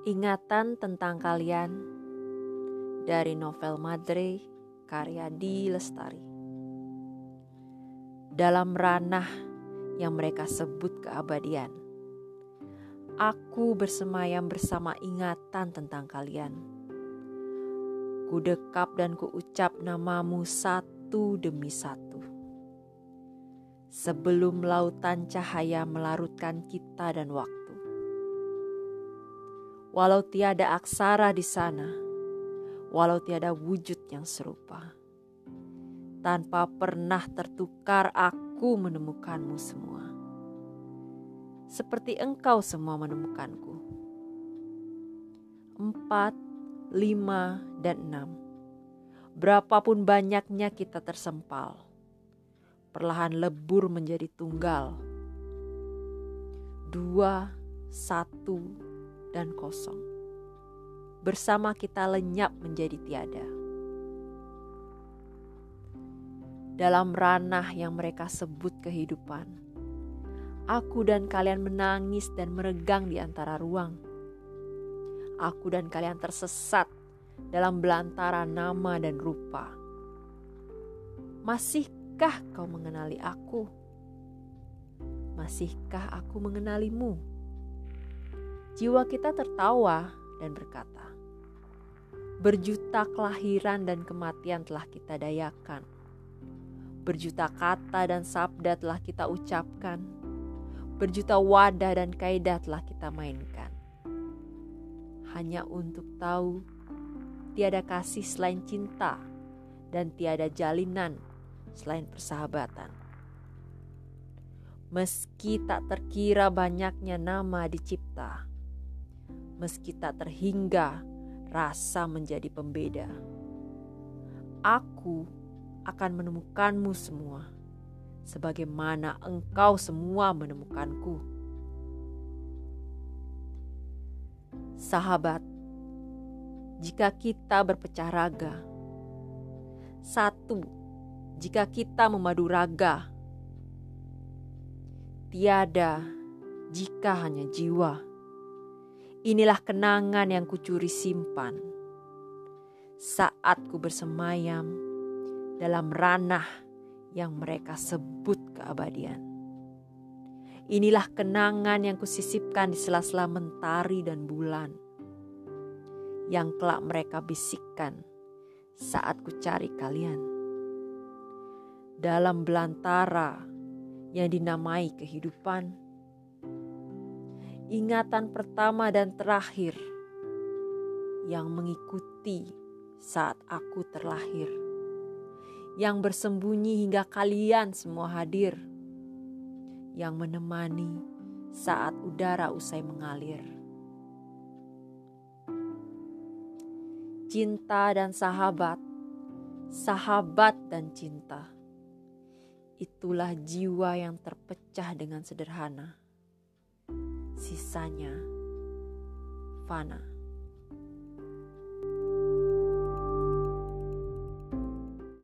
Ingatan tentang kalian dari novel Madre karya Di Lestari. Dalam ranah yang mereka sebut keabadian, aku bersemayam bersama ingatan tentang kalian. Ku dekap dan ku ucap namamu satu demi satu. Sebelum lautan cahaya melarutkan kita dan waktu. Walau tiada aksara di sana, walau tiada wujud yang serupa, tanpa pernah tertukar aku menemukanmu semua. Seperti engkau semua menemukanku. 4, 5, dan 6. Berapapun banyaknya kita tersempal, perlahan lebur menjadi tunggal. 2, 1, dan kosong. Bersama kita lenyap menjadi tiada. Dalam ranah yang mereka sebut kehidupan, aku dan kalian menangis dan meregang di antara ruang. Aku dan kalian tersesat dalam belantara nama dan rupa. Masihkah kau mengenali aku? Masihkah aku mengenalimu? Jiwa kita tertawa dan berkata, berjuta kelahiran dan kematian telah kita dayakan. Berjuta kata dan sabda telah kita ucapkan. Berjuta wadah dan kaidah telah kita mainkan. Hanya untuk tahu, tiada kasih selain cinta dan tiada jalinan selain persahabatan. Meski tak terkira banyaknya nama dicipta, meski tak terhingga rasa menjadi pembeda, aku akan menemukanmu semua, sebagaimana engkau semua menemukanku. Sahabat, jika kita berpecah raga, satu jika kita memadu raga, tiada jika hanya jiwa. Inilah kenangan yang kucuri simpan saat ku bersemayam dalam ranah yang mereka sebut keabadian. Inilah kenangan yang kusisipkan di sela-sela mentari dan bulan yang kelak mereka bisikkan saat ku cari kalian. Dalam belantara yang dinamai kehidupan, ingatan pertama dan terakhir yang mengikuti saat aku terlahir, yang bersembunyi hingga kalian semua hadir, yang menemani saat udara usai mengalir. Cinta dan sahabat, sahabat dan cinta, itulah jiwa yang terpecah dengan sederhana. Sisanya fana.